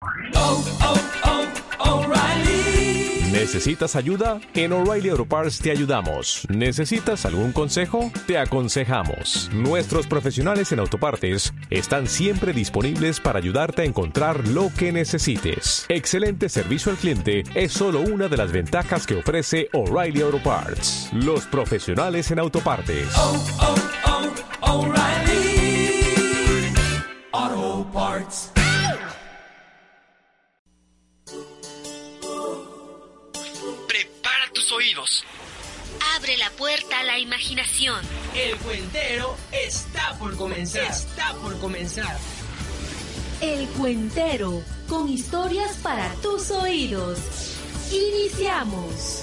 O'Reilly. ¿Necesitas ayuda? En O'Reilly Auto Parts te ayudamos. ¿Necesitas algún consejo? Te aconsejamos. Nuestros profesionales en autopartes están siempre disponibles para ayudarte a encontrar lo que necesites. Excelente servicio al cliente es solo una de las ventajas que ofrece O'Reilly Auto Parts. Los profesionales en autopartes. O'Reilly Auto Parts. Prepara tus oídos. Abre la puerta a la imaginación. El cuentero está por comenzar. El Cuentero, con historias para tus oídos. Iniciamos.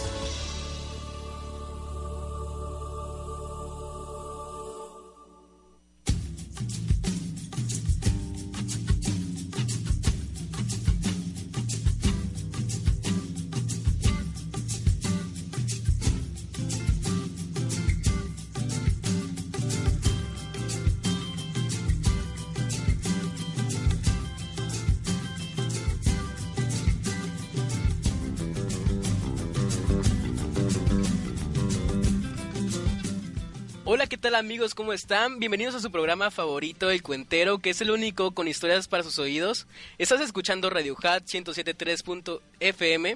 Hola, ¿qué tal amigos? ¿Cómo están? Bienvenidos a su programa favorito, El Cuentero, que es el único con historias para sus oídos. Estás escuchando Radio Hat 107.3 FM,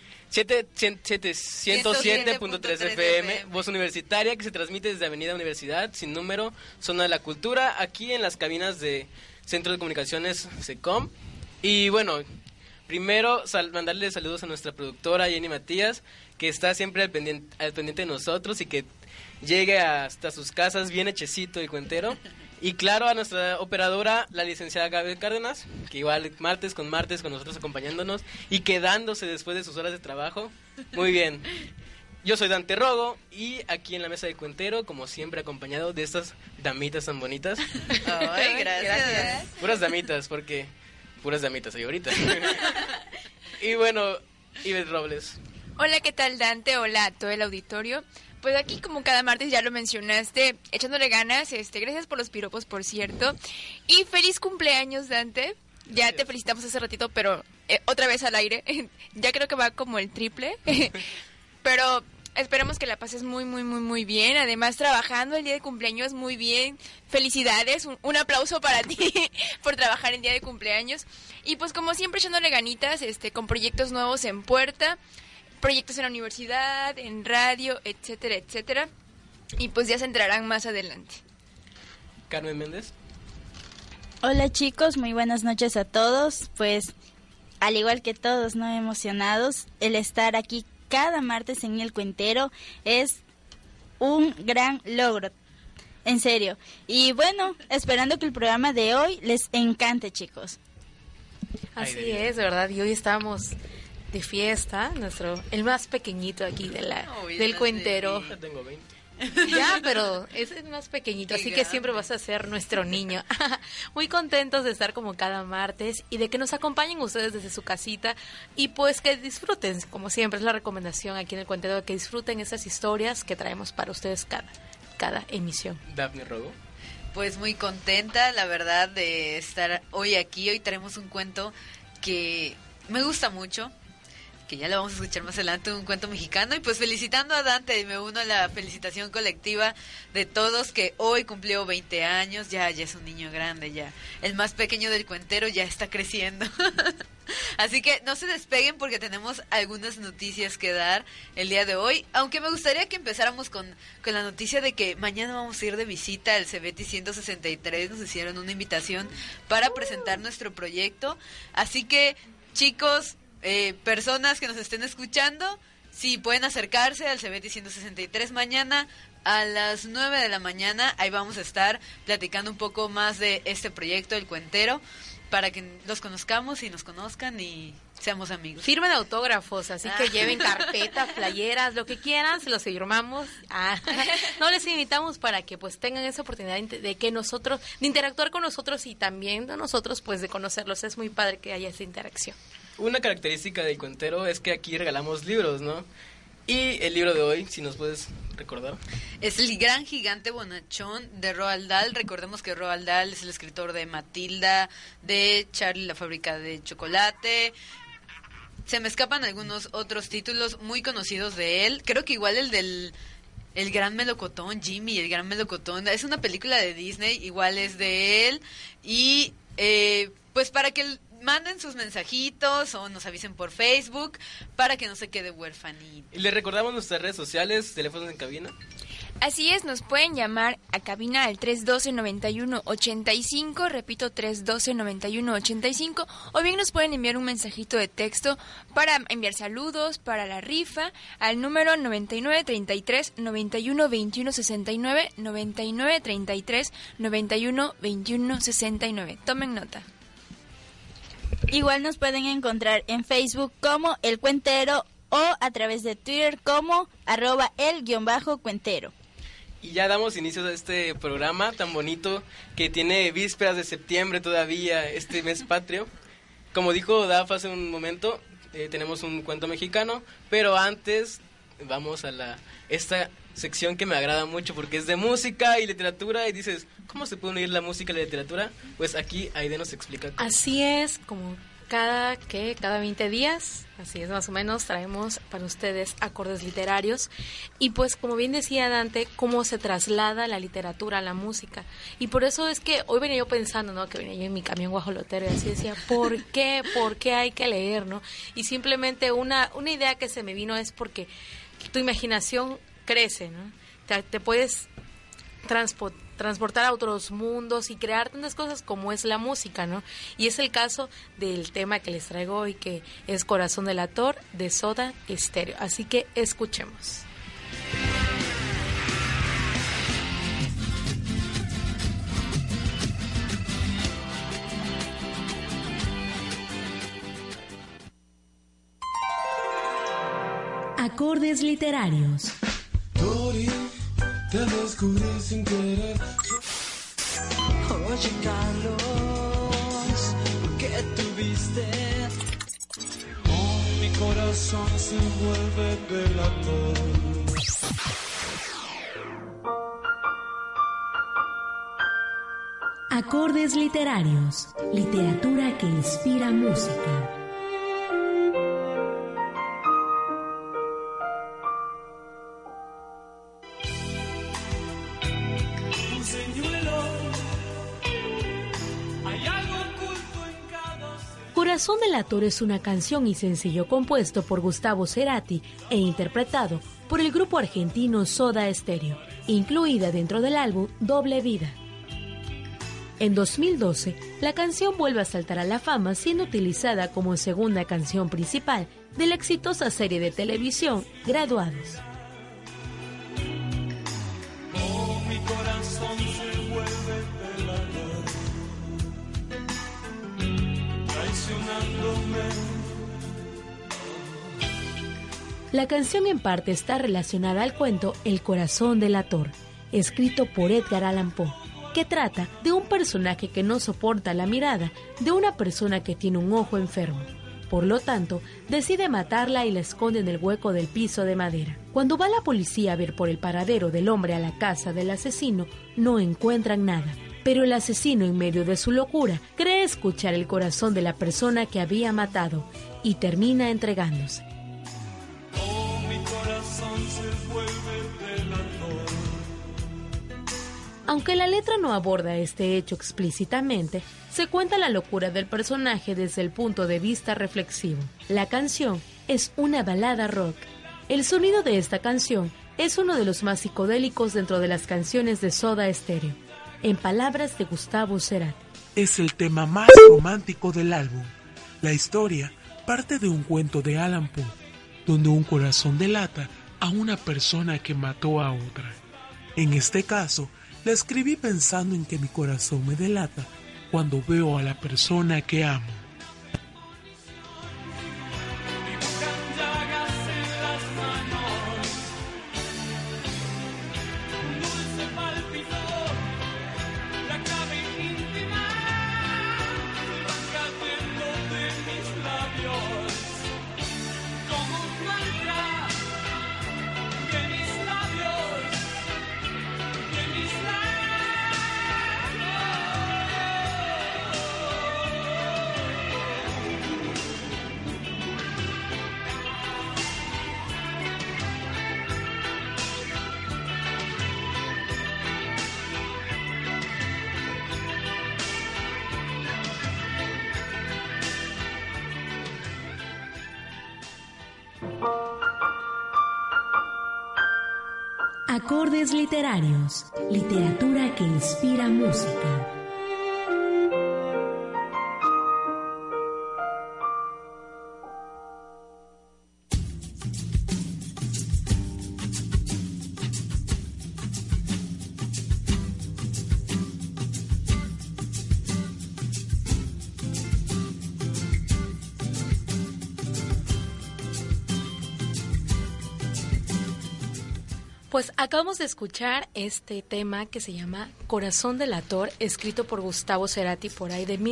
107.3 FM, voz universitaria, que se transmite desde Avenida Universidad, sin número, Zona de la Cultura, aquí en las cabinas de Centro de Comunicaciones SECOM. Y bueno, primero mandarle saludos a nuestra productora Jenny Matías, que está siempre al pendiente de nosotros y que llegue hasta sus casas bien hechecito el cuentero. Y claro, a nuestra operadora, la licenciada Gaby Cárdenas, que igual martes con nosotros acompañándonos y quedándose después de sus horas de trabajo. Muy bien. Yo soy Dante Rogo y aquí en la mesa del cuentero, como siempre, acompañado de estas damitas tan bonitas. Ay, gracias. Puras damitas, porque puras damitas hay ahorita. Y bueno, Ives Robles. Hola, ¿qué tal, Dante? Hola a todo el auditorio. Pues aquí, como cada martes ya lo mencionaste, echándole ganas, gracias por los piropos, por cierto. Y feliz cumpleaños, Dante. Ya te felicitamos hace ratito, pero otra vez al aire. Ya creo que va como el triple. Pero esperemos que la pases muy, muy, muy, muy bien. Además, trabajando el día de cumpleaños muy bien. Felicidades, un aplauso para ti por trabajar el día de cumpleaños. Y pues como siempre, echándole ganitas, con proyectos nuevos en puerta. Proyectos en la universidad, en radio, etcétera, etcétera. Y pues ya se entrarán más adelante. Carmen Méndez. Hola chicos, muy buenas noches a todos. Pues al igual que todos, ¿no? Emocionados, el estar aquí cada martes en El Cuentero es un gran logro, en serio. Y bueno, esperando que el programa de hoy les encante, chicos. Así es, ¿verdad? Y hoy estamos de fiesta, el más pequeñito aquí del cuentero. Ya tengo 20. Ya, pero es el más pequeñito, así que siempre vas a ser nuestro niño. Muy contentos de estar como cada martes y de que nos acompañen ustedes desde su casita y pues que disfruten, como siempre es la recomendación aquí en el cuentero, que disfruten esas historias que traemos para ustedes cada emisión. Daphne Rogo. Pues muy contenta, la verdad, de estar hoy aquí. Hoy traemos un cuento que me gusta mucho, que ya lo vamos a escuchar más adelante, un cuento mexicano. Y pues felicitando a Dante, me uno a la felicitación colectiva de todos, que hoy cumplió 20 años, ya es un niño grande, ya el más pequeño del cuentero ya está creciendo. Así que no se despeguen porque tenemos algunas noticias que dar el día de hoy, aunque me gustaría que empezáramos con la noticia de que mañana vamos a ir de visita al CEBETI 163, nos hicieron una invitación para presentar nuestro proyecto, así que chicos, personas que nos estén escuchando, si pueden acercarse al CEBETI 163 mañana a las 9 de la mañana, ahí vamos a estar platicando un poco más de este proyecto, El Cuentero, para que los conozcamos y nos conozcan y seamos amigos. Firmen autógrafos, así que lleven carpetas, playeras, lo que quieran, se los firmamos. No, les invitamos para que pues tengan esa oportunidad de interactuar con nosotros y también de nosotros pues de conocerlos. Es muy padre que haya esa interacción. Una característica del cuentero es que aquí regalamos libros, ¿no? Y el libro de hoy, si nos puedes recordar. Es El gran gigante bonachón de Roald Dahl. Recordemos que Roald Dahl es el escritor de Matilda, de Charlie la fábrica de chocolate. Se me escapan algunos otros títulos muy conocidos de él. Creo que igual el del El gran melocotón, Jimmy, el gran melocotón. Es una película de Disney, igual es de él. Y pues para que manden sus mensajitos o nos avisen por Facebook para que no se quede huérfanito. Y les recordamos nuestras redes sociales, teléfonos en cabina. Así es, nos pueden llamar a cabina al 312-9185, repito, 312-9185, o bien nos pueden enviar un mensajito de texto para enviar saludos, para la rifa, al número 9933-912169, 9933-912169. Tomen nota. Igual nos pueden encontrar en Facebook como El Cuentero o a través de Twitter como @el_cuentero. Y ya damos inicio a este programa tan bonito que tiene vísperas de septiembre todavía, este mes patrio. Como dijo Daf hace un momento, tenemos un cuento mexicano, pero antes vamos a esta sección que me agrada mucho porque es de música y literatura y dices, ¿cómo se puede unir la música y la literatura? Pues aquí Aide nos explica cómo. Así es, como cada 20 días, así es más o menos, traemos para ustedes acordes literarios y pues como bien decía Dante, cómo se traslada la literatura a la música. Y por eso es que hoy venía yo pensando, ¿no? Que venía yo en mi camión guajolotero y así decía, ¿por qué hay que leer, no? Y simplemente una idea que se me vino es porque tu imaginación crece, ¿no? Te puedes transportar a otros mundos y crear tantas cosas como es la música, ¿no? Y es el caso del tema que les traigo hoy, que es Corazón delator de Soda Stereo. Así que escuchemos. Acordes literarios. Tori, te descubrí sin querer. Oye, Carlos, ¿por qué tuviste? Oh, mi corazón se vuelve delator. Acordes literarios. Literatura que inspira música. Corazón delator es una canción y sencillo compuesto por Gustavo Cerati e interpretado por el grupo argentino Soda Stereo, incluida dentro del álbum Doble Vida. En 2012, la canción vuelve a saltar a la fama siendo utilizada como segunda canción principal de la exitosa serie de televisión Graduados. Oh, mi corazón se vuelve delator, traicionándome. La canción en parte está relacionada al cuento El corazón delator, escrito por Edgar Allan Poe, que trata de un personaje que no soporta la mirada de una persona que tiene un ojo enfermo. Por lo tanto, decide matarla y la esconde en el hueco del piso de madera. Cuando va la policía a ver por el paradero del hombre a la casa del asesino, no encuentran nada. Pero el asesino, en medio de su locura, cree escuchar el corazón de la persona que había matado y termina entregándose. Oh, mi corazón se vuelve delator. Aunque la letra no aborda este hecho explícitamente, se cuenta la locura del personaje desde el punto de vista reflexivo. La canción es una balada rock. El sonido de esta canción es uno de los más psicodélicos dentro de las canciones de Soda Stereo, en palabras de Gustavo Cerati. Es el tema más romántico del álbum. La historia parte de un cuento de Allan Poe, donde un corazón delata a una persona que mató a otra. En este caso, la escribí pensando en que mi corazón me delata cuando veo a la persona que amo. Acordes literarios, literatura que inspira música. Pues acabamos de escuchar este tema que se llama Corazón delator, escrito por Gustavo Cerati por ahí de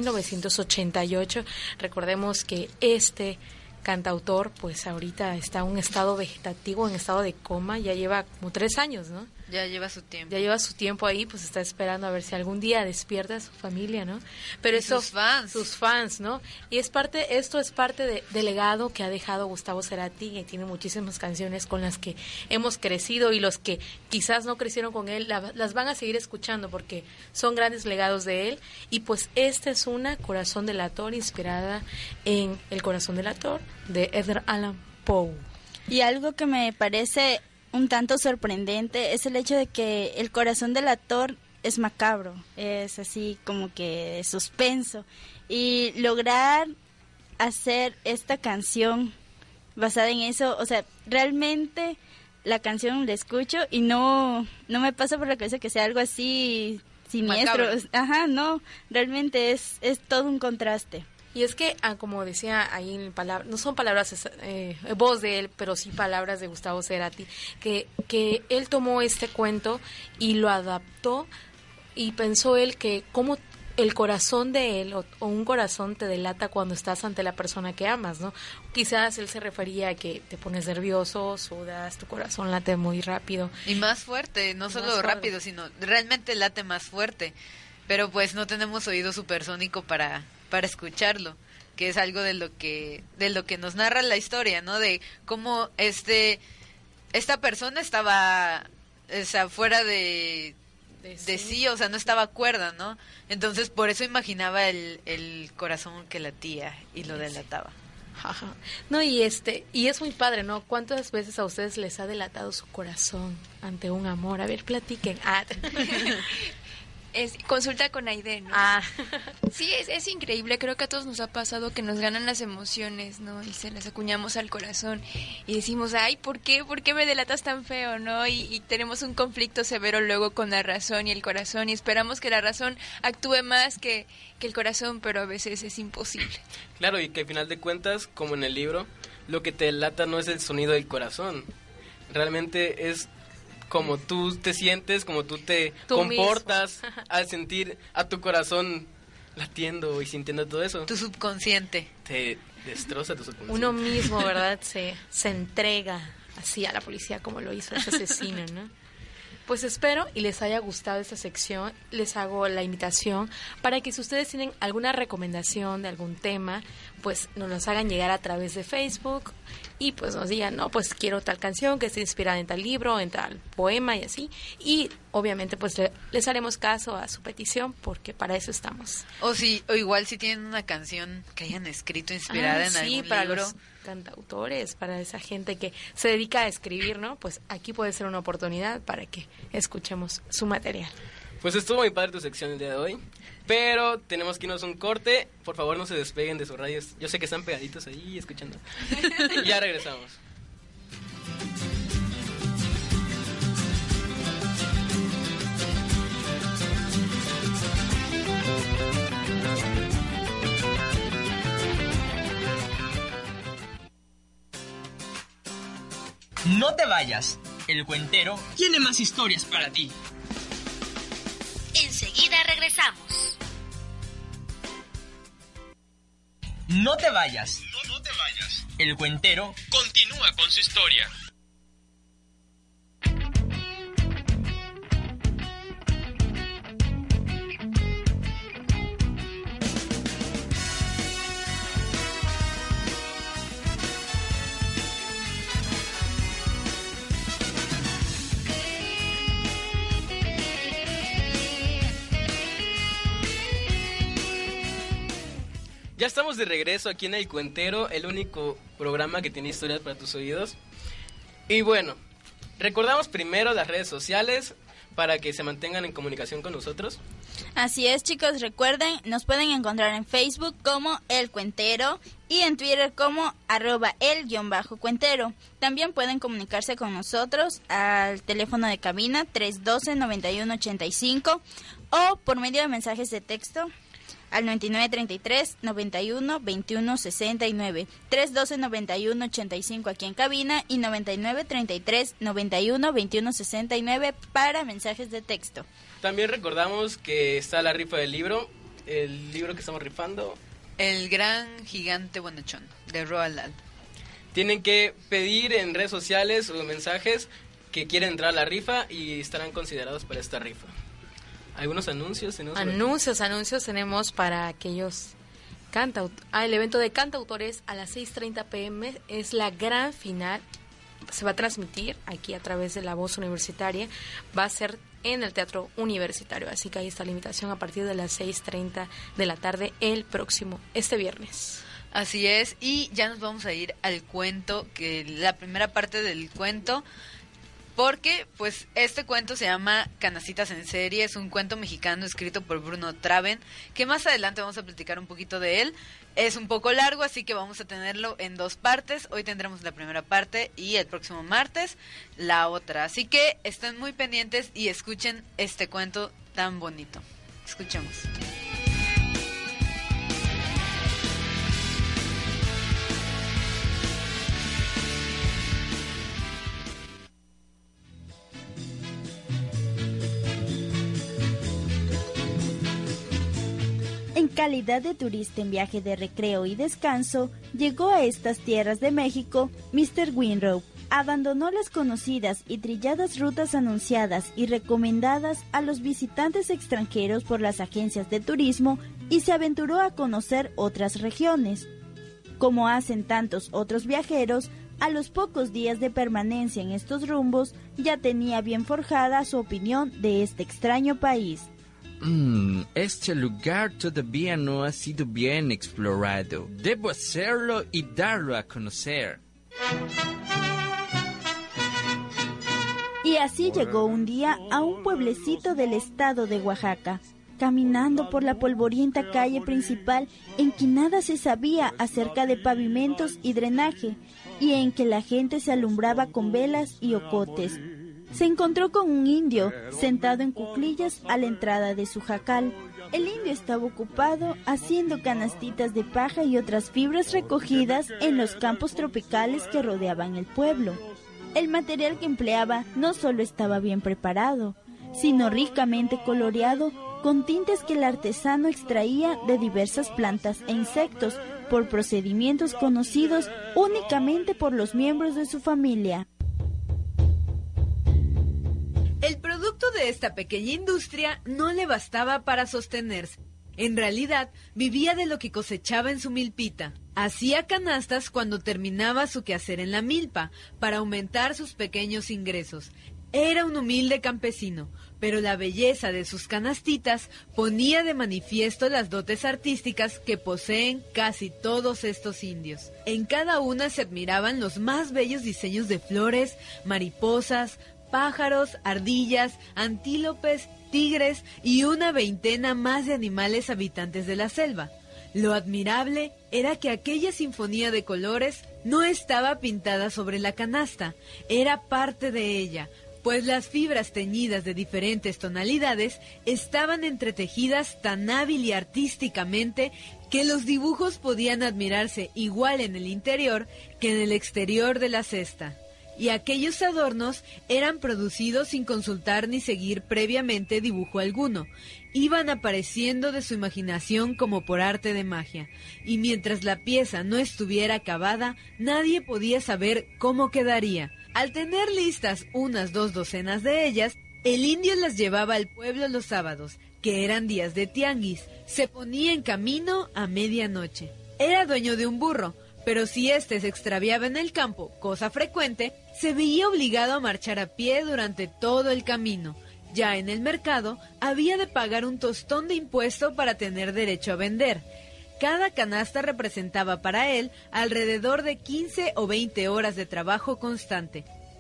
1988. Recordemos que este cantautor pues ahorita está en un estado vegetativo, en estado de coma, ya lleva como 3 años, ¿no? Ya lleva su tiempo. Ya lleva su tiempo ahí, pues está esperando a ver si algún día despierta a su familia, ¿no? Pero eso, sus fans, ¿no? Y esto es parte del legado que ha dejado Gustavo Cerati, y tiene muchísimas canciones con las que hemos crecido, y los que quizás no crecieron con él las van a seguir escuchando porque son grandes legados de él. Y pues esta es una, Corazón delator, inspirada en El corazón delator de Edgar Allan Poe. Y algo que me parece un tanto sorprendente es el hecho de que El corazón delator es macabro, es así como que suspenso, y lograr hacer esta canción basada en eso, o sea, realmente la canción la escucho y no me pasa por la cabeza que sea algo así siniestro. Macabro. Ajá, no, realmente es todo un contraste. Y es que, como decía ahí en palabras, no son palabras voz de él, pero sí palabras de Gustavo Cerati, que él tomó este cuento y lo adaptó, y pensó él que como el corazón de él o un corazón te delata cuando estás ante la persona que amas, ¿no? Quizás él se refería a que te pones nervioso, sudas, tu corazón late muy rápido. Y más fuerte, no solo rápido, sino realmente late más fuerte. Pero pues no tenemos oído supersónico para escucharlo, que es algo de lo que nos narra la historia, ¿no? De cómo esta persona estaba, o sea, fuera de sí, o sea, no estaba cuerda, ¿no? Entonces por eso imaginaba el corazón que latía y lo delataba. Ajá. No, y es muy padre, ¿no? ¿Cuántas veces a ustedes les ha delatado su corazón ante un amor? A ver, platiquen. Consulta con Aide, ¿no? Sí, es increíble. Creo que a todos nos ha pasado que nos ganan las emociones, ¿no? Y se las acuñamos al corazón y decimos, ay, ¿por qué me delatas tan feo, no? Y tenemos un conflicto severo luego con la razón y el corazón, y esperamos que la razón actúe más que el corazón, pero a veces es imposible. Claro, y que al final de cuentas, como en el libro, lo que te delata no es el sonido del corazón. Realmente es como tú te sientes, como tú comportas al sentir a tu corazón latiendo y sintiendo todo eso. Tu subconsciente. Te destroza tu subconsciente. Uno mismo, ¿verdad? se entrega así a la policía como lo hizo ese asesino, ¿no? Pues espero y les haya gustado esta sección. Les hago la invitación para que si ustedes tienen alguna recomendación de algún tema, pues nos los hagan llegar a través de Facebook y pues nos digan, no, pues quiero tal canción que esté inspirada en tal libro, en tal poema y así. Y obviamente pues les haremos caso a su petición porque para eso estamos. O igual si tienen una canción que hayan escrito inspirada en algún para libro. Los cantautores, para esa gente que se dedica a escribir, ¿no? Pues aquí puede ser una oportunidad para que escuchemos su material. Pues estuvo muy padre tu sección el día de hoy, pero tenemos que irnos a un corte. Por favor, no se despeguen de sus radios. Yo sé que están pegaditos ahí escuchando. Y ya regresamos. No te vayas, el cuentero tiene más historias para ti. Enseguida regresamos. No te vayas. No te vayas. El cuentero continúa con su historia. Ya estamos de regreso aquí en El Cuentero, el único programa que tiene historias para tus oídos. Y bueno, Recordamos primero las redes sociales para que se mantengan en comunicación con nosotros. Así es, chicos, recuerden, nos pueden encontrar en Facebook como El Cuentero y en Twitter como @el_cuentero. También pueden comunicarse con nosotros al teléfono de cabina 312-9185 o por medio de mensajes de texto al 9933-91-2169, 312-9185 aquí en cabina y 9933-91-2169 para mensajes de texto. También recordamos que está la rifa del libro, el libro que estamos rifando. El gran gigante bonachón, de Roald Dahl. Tienen que pedir en redes sociales o mensajes que quieren entrar a la rifa y estarán considerados para esta rifa. ¿Algunos anuncios? Anuncios tenemos para aquellos el evento de cantautores a las 6:30 p.m. es la gran final. Se va a transmitir aquí a través de La Voz Universitaria. Va a ser en el Teatro Universitario. Así que ahí está la invitación a partir de las 6:30 de la tarde este viernes. Así es, y ya nos vamos a ir al cuento, que la primera parte del cuento, porque pues este cuento se llama Canastitas en Serie, es un cuento mexicano escrito por Bruno Traven, que más adelante vamos a platicar un poquito de él. Es un poco largo, así que vamos a tenerlo en 2 partes. Hoy tendremos la primera parte y el próximo martes la otra. Así que estén muy pendientes y escuchen este cuento tan bonito. Escuchemos. En calidad de turista en viaje de recreo y descanso, llegó a estas tierras de México Mr. Winrow. Abandonó las conocidas y trilladas rutas anunciadas y recomendadas a los visitantes extranjeros por las agencias de turismo y se aventuró a conocer otras regiones. Como hacen tantos otros viajeros, a los pocos días de permanencia en estos rumbos ya tenía bien forjada su opinión de este extraño país. Este lugar todavía no ha sido bien explorado. Debo hacerlo y darlo a conocer. Y así llegó un día a un pueblecito del estado de Oaxaca. Caminando por la polvorienta calle principal en que nada se sabía acerca de pavimentos y drenaje, y en que la gente se alumbraba con velas y ocotes, se encontró con un indio sentado en cuclillas a la entrada de su jacal. El indio estaba ocupado haciendo canastitas de paja y otras fibras recogidas en los campos tropicales que rodeaban el pueblo. El material que empleaba no solo estaba bien preparado, sino ricamente coloreado con tintes que el artesano extraía de diversas plantas e insectos por procedimientos conocidos únicamente por los miembros de su familia. El producto de esta pequeña industria no le bastaba para sostenerse. En realidad, vivía de lo que cosechaba en su milpita. Hacía canastas cuando terminaba su quehacer en la milpa, para aumentar sus pequeños ingresos. Era un humilde campesino, pero la belleza de sus canastitas ponía de manifiesto las dotes artísticas que poseen casi todos estos indios. En cada una se admiraban los más bellos diseños de flores, mariposas, pájaros, ardillas, antílopes, tigres y una veintena más de animales habitantes de la selva. Lo admirable era que aquella sinfonía de colores no estaba pintada sobre la canasta, era parte de ella, pues las fibras teñidas de diferentes tonalidades estaban entretejidas tan hábil y artísticamente que los dibujos podían admirarse igual en el interior que en el exterior de la cesta. Y aquellos adornos eran producidos sin consultar ni seguir previamente dibujo alguno. Iban apareciendo de su imaginación como por arte de magia, y mientras la pieza no estuviera acabada, nadie podía saber cómo quedaría. Al tener listas unas 2 docenas de ellas, el indio las llevaba al pueblo los sábados, que eran días de tianguis. Se ponía en camino a medianoche. Era dueño de un burro, pero si éste se extraviaba en el campo, cosa frecuente, se veía obligado a marchar a pie durante todo el camino. Ya en el mercado había de pagar un tostón de impuesto para tener derecho a vender. Cada canasta representaba para él alrededor de 15 o 20 horas de trabajo constante.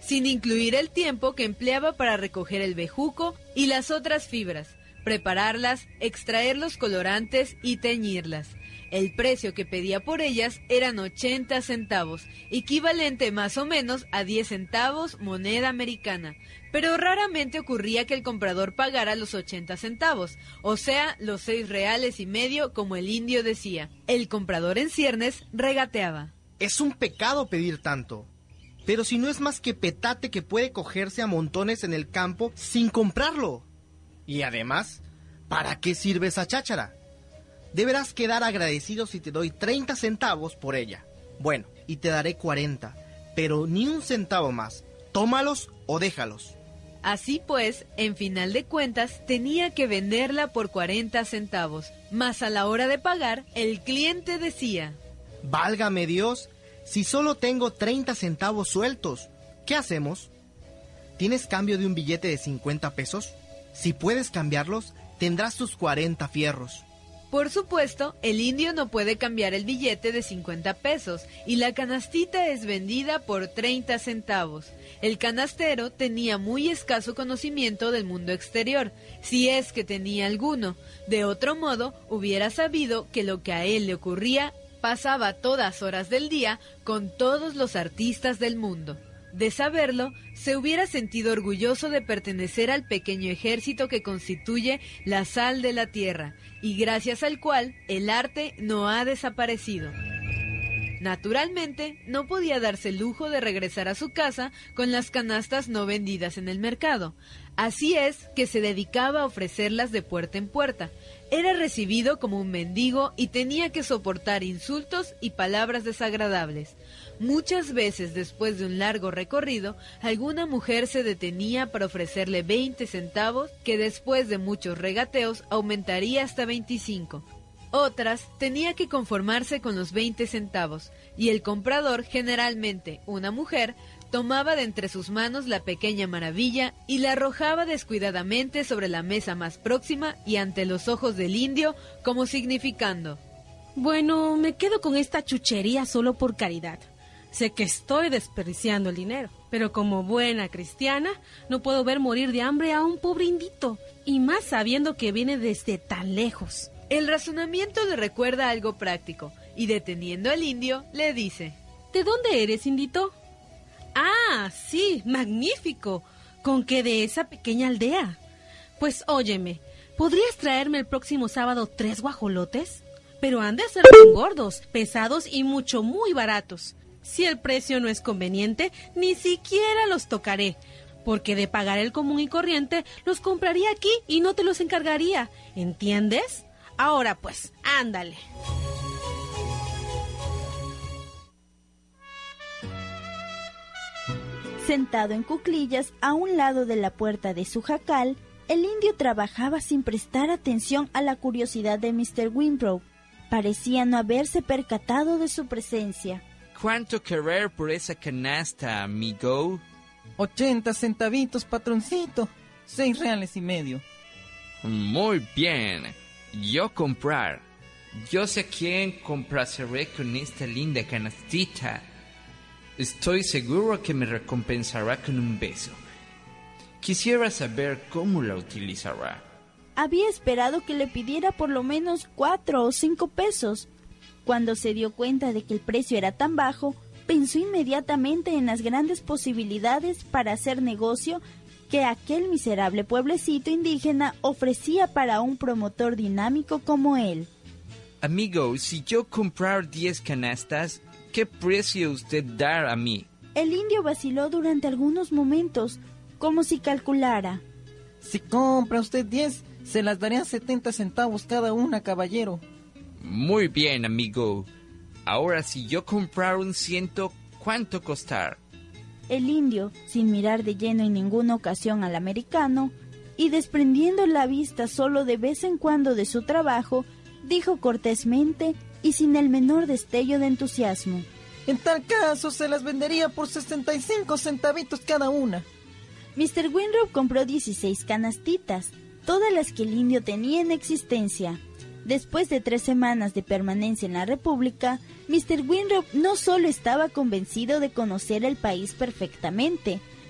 sin incluir el tiempo que empleaba para recoger el bejuco y las otras fibras, prepararlas, extraer los colorantes y teñirlas. El precio que pedía por ellas eran 80 centavos, equivalente más o menos a 10 centavos moneda americana, pero raramente ocurría que el comprador pagara los 80 centavos, o sea, los 6 reales y medio como el indio decía. El comprador en ciernes regateaba. Es un pecado pedir tanto, pero si no es más que petate que puede cogerse a montones en el campo sin comprarlo. Y además, ¿para qué sirve esa cháchara? Deberás quedar agradecido si te doy 30 centavos por ella. Bueno, y te daré 40, pero ni un centavo más. Tómalos o déjalos. Así pues, en final de cuentas, tenía que venderla por 40 centavos. Mas a la hora de pagar, el cliente decía: Válgame Dios, si solo tengo 30 centavos sueltos, ¿qué hacemos? ¿Tienes cambio de un billete de 50 pesos? Si puedes cambiarlos, tendrás tus 40 fierros. Por supuesto, el indio no puede cambiar el billete de 50 pesos y la canastita es vendida por 30 centavos. El canastero tenía muy escaso conocimiento del mundo exterior, si es que tenía alguno. De otro modo, hubiera sabido que lo que a él le ocurría pasaba todas horas del día con todos los artistas del mundo. De saberlo, se hubiera sentido orgulloso de pertenecer al pequeño ejército que constituye la sal de la tierra, y gracias al cual el arte no ha desaparecido. Naturalmente, no podía darse el lujo de regresar a su casa con las canastas no vendidas en el mercado. Así es que se dedicaba a ofrecerlas de puerta en puerta. Era recibido como un mendigo y tenía que soportar insultos y palabras desagradables. Muchas veces después de un largo recorrido, alguna mujer se detenía para ofrecerle 20 centavos, que después de muchos regateos aumentaría hasta 25. Otras tenía que conformarse con los 20 centavos, y el comprador, generalmente una mujer, tomaba de entre sus manos la pequeña maravilla y la arrojaba descuidadamente sobre la mesa más próxima y ante los ojos del indio, como significando: Bueno, me quedo con esta chuchería solo por caridad. Sé que estoy desperdiciando el dinero, pero como buena cristiana no puedo ver morir de hambre a un pobre indito, y más sabiendo que viene desde tan lejos. El razonamiento le recuerda algo práctico, y deteniendo al indio, le dice: ¿De dónde eres, indito? Ah, sí, magnífico. ¿Con qué de esa pequeña aldea? Pues óyeme, ¿podrías traerme el próximo sábado 3 guajolotes? Pero han de ser bien gordos, pesados y muy baratos. Si el precio no es conveniente, ni siquiera los tocaré, porque de pagar el común y corriente, los compraría aquí y no te los encargaría, ¿entiendes? Ahora pues, ándale. Sentado en cuclillas a un lado de la puerta de su jacal, el indio trabajaba sin prestar atención a la curiosidad de Mr. Winthrop. Parecía no haberse percatado de su presencia. ¿Cuánto querer por esa canasta, amigo? 80 centavitos, patroncito. 6 reales y medio. Muy bien. Yo comprar. Yo sé quién complaceré con esta linda canastita. Estoy seguro que me recompensará con un beso. Quisiera saber cómo la utilizará. Había esperado que le pidiera por lo menos 4 o 5 pesos. Cuando se dio cuenta de que el precio era tan bajo, pensó inmediatamente en las grandes posibilidades para hacer negocio que aquel miserable pueblecito indígena ofrecía para un promotor dinámico como él. Amigo, si yo comprar 10 canastas, ¿qué precio usted dar a mí? El indio vaciló durante algunos momentos, como si calculara. Si compra usted 10, se las daré a 70 centavos cada una, caballero. Muy bien, amigo. Ahora, si yo comprar un 100, ¿cuánto costar? El indio, sin mirar de lleno en ninguna ocasión al americano, y desprendiendo la vista solo de vez en cuando de su trabajo, dijo cortésmente y sin el menor destello de entusiasmo: En tal caso, se las vendería por 65 centavitos cada una. Mr. Winthrop compró 16 canastitas, todas las que el indio tenía en existencia. Después de 3 semanas de permanencia en la República, Mr. Winthrop no solo estaba convencido de conocer el país perfectamente,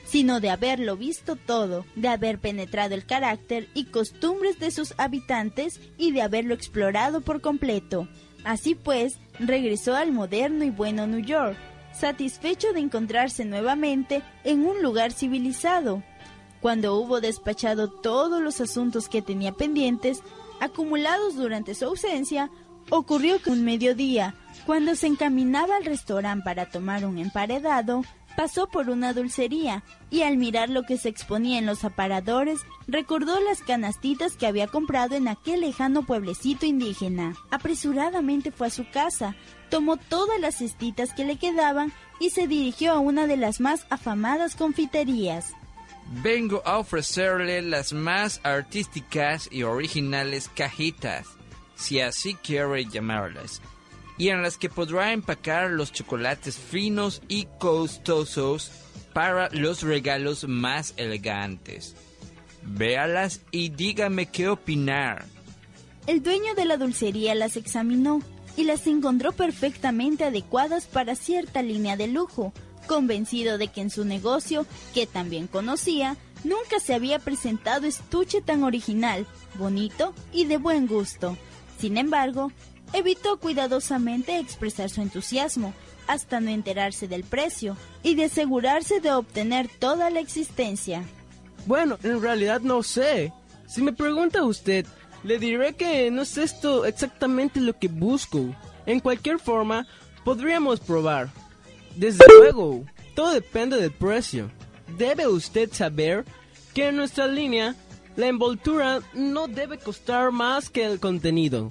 sino de haberlo visto todo, de haber penetrado el carácter y costumbres de sus habitantes y de haberlo explorado por completo. Así pues, regresó al moderno y bueno New York, satisfecho de encontrarse nuevamente en un lugar civilizado. Cuando hubo despachado todos los asuntos que tenía pendientes, acumulados durante su ausencia, ocurrió que un mediodía, cuando se encaminaba al restaurante para tomar un emparedado, pasó por una dulcería y al mirar lo que se exponía en los aparadores, recordó las canastitas que había comprado en aquel lejano pueblecito indígena. Apresuradamente fue a su casa, tomó todas las cestitas que le quedaban y se dirigió a una de las más afamadas confiterías. Vengo a ofrecerle las más artísticas y originales cajitas, si así quiere llamarlas, y en las que podrá empacar los chocolates finos y costosos para los regalos más elegantes. Véalas y dígame qué opinar. El dueño de la dulcería las examinó y las encontró perfectamente adecuadas para cierta línea de lujo, convencido de que en su negocio, que también conocía, nunca se había presentado estuche tan original, bonito y de buen gusto. Sin embargo, evitó cuidadosamente expresar su entusiasmo, hasta no enterarse del precio y de asegurarse de obtener toda la existencia. Bueno, en realidad no sé. Si me pregunta usted, le diré que no es esto exactamente lo que busco. En cualquier forma, podríamos probar. Desde luego, todo depende del precio. Debe usted saber que en nuestra línea, la envoltura no debe costar más que el contenido.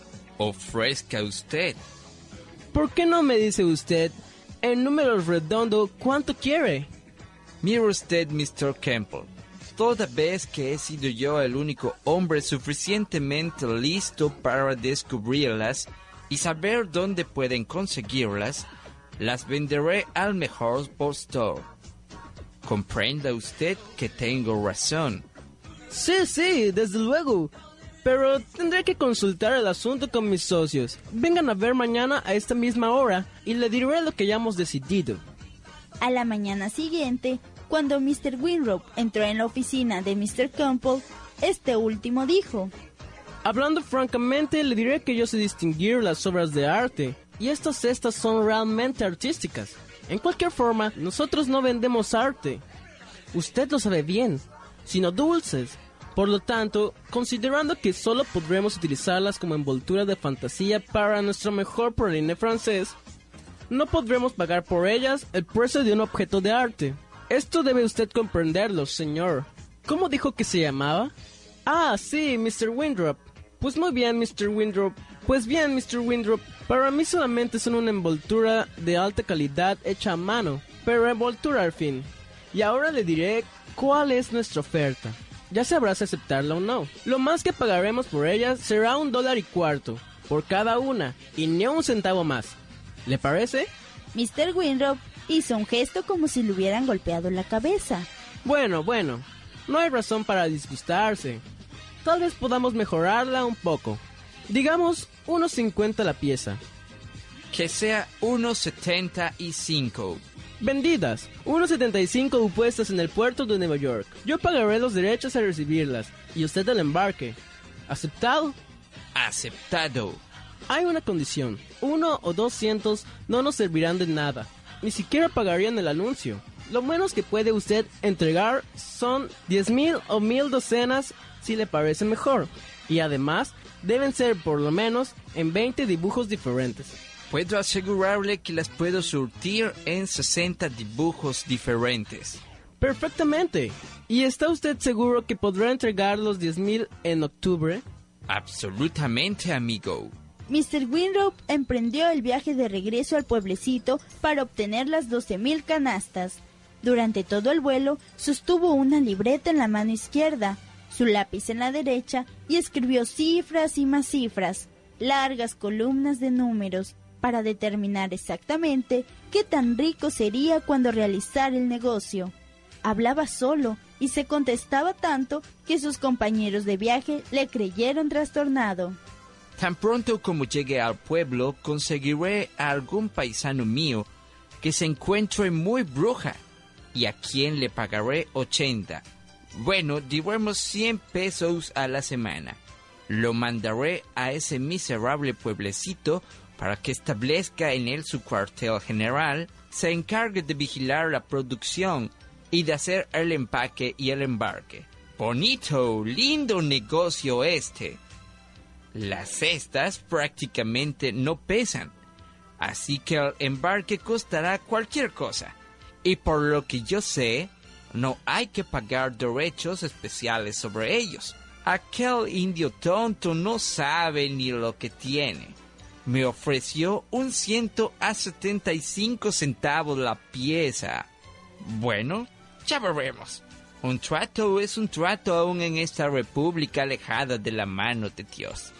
Ofrezca usted. ¿Por qué no me dice usted, en números redondos, cuánto quiere? Mire usted, Mr. Campbell, toda vez que he sido yo el único hombre suficientemente listo para descubrirlas y saber dónde pueden conseguirlas, las venderé al mejor postor. Comprenda usted que tengo razón. Sí, desde luego. Pero tendré que consultar el asunto con mis socios. Vengan a ver mañana a esta misma hora y le diré lo que ya hemos decidido. A la mañana siguiente, cuando Mr. Winrope entró en la oficina de Mr. Campbell, este último dijo: Hablando francamente, le diré que yo sé distinguir las obras de arte, y estas cestas son realmente artísticas. En cualquier forma, nosotros no vendemos arte. Usted lo sabe bien, sino dulces. Por lo tanto, considerando que solo podremos utilizarlas como envoltura de fantasía para nuestro mejor praline francés, no podremos pagar por ellas el precio de un objeto de arte. Esto debe usted comprenderlo, señor. ¿Cómo dijo que se llamaba? Ah, sí, Mr. Winthrop. Pues muy bien, Mr. Winthrop. Para mí solamente son una envoltura de alta calidad hecha a mano, pero envoltura al fin. Y ahora le diré cuál es nuestra oferta. Ya sabrás si aceptarla o no. Lo más que pagaremos por ellas será $1.25 por cada una, y ni un centavo más. ¿Le parece? Mr. Winrope hizo un gesto como si le hubieran golpeado la cabeza. Bueno, no hay razón para disgustarse. Tal vez podamos mejorarla un poco. Digamos, $1.50 la pieza. Que sea $1.75. Vendidas, $1.75 puestas en el puerto de Nueva York. Yo pagaré los derechos a recibirlas, y usted el embarque. ¿Aceptado? Aceptado. Hay una condición. 1 o 2 cientos no nos servirán de nada. Ni siquiera pagarían el anuncio. Lo menos que puede usted entregar son 10,000 o 1,000 docenas, si le parece mejor. Y además, deben ser por lo menos en 20 dibujos diferentes. Puedo asegurarle que las puedo surtir en 60 dibujos diferentes. Perfectamente. ¿Y está usted seguro que podrá entregar los 10,000 en octubre? Absolutamente, amigo. Mr. Winrope emprendió el viaje de regreso al pueblecito para obtener las 12,000 canastas. Durante todo el vuelo, sostuvo una libreta en la mano izquierda, su lápiz en la derecha, y escribió cifras y más cifras, largas columnas de números, para determinar exactamente qué tan rico sería cuando realizara el negocio. Hablaba solo y se contestaba tanto que sus compañeros de viaje le creyeron trastornado. Tan pronto como llegue al pueblo, conseguiré a algún paisano mío que se encuentre muy bruja. ¿Y a quién le pagaré 80? Bueno, digamos 100 pesos a la semana. Lo mandaré a ese miserable pueblecito para que establezca en él su cuartel general, se encargue de vigilar la producción y de hacer el empaque y el embarque. Bonito, lindo negocio este. Las cestas prácticamente no pesan, así que el embarque costará cualquier cosa. Y por lo que yo sé, no hay que pagar derechos especiales sobre ellos. Aquel indio tonto no sabe ni lo que tiene. Me ofreció un 175 centavos la pieza. Bueno, ya veremos. Un trato es un trato aún en esta república alejada de la mano de Dios.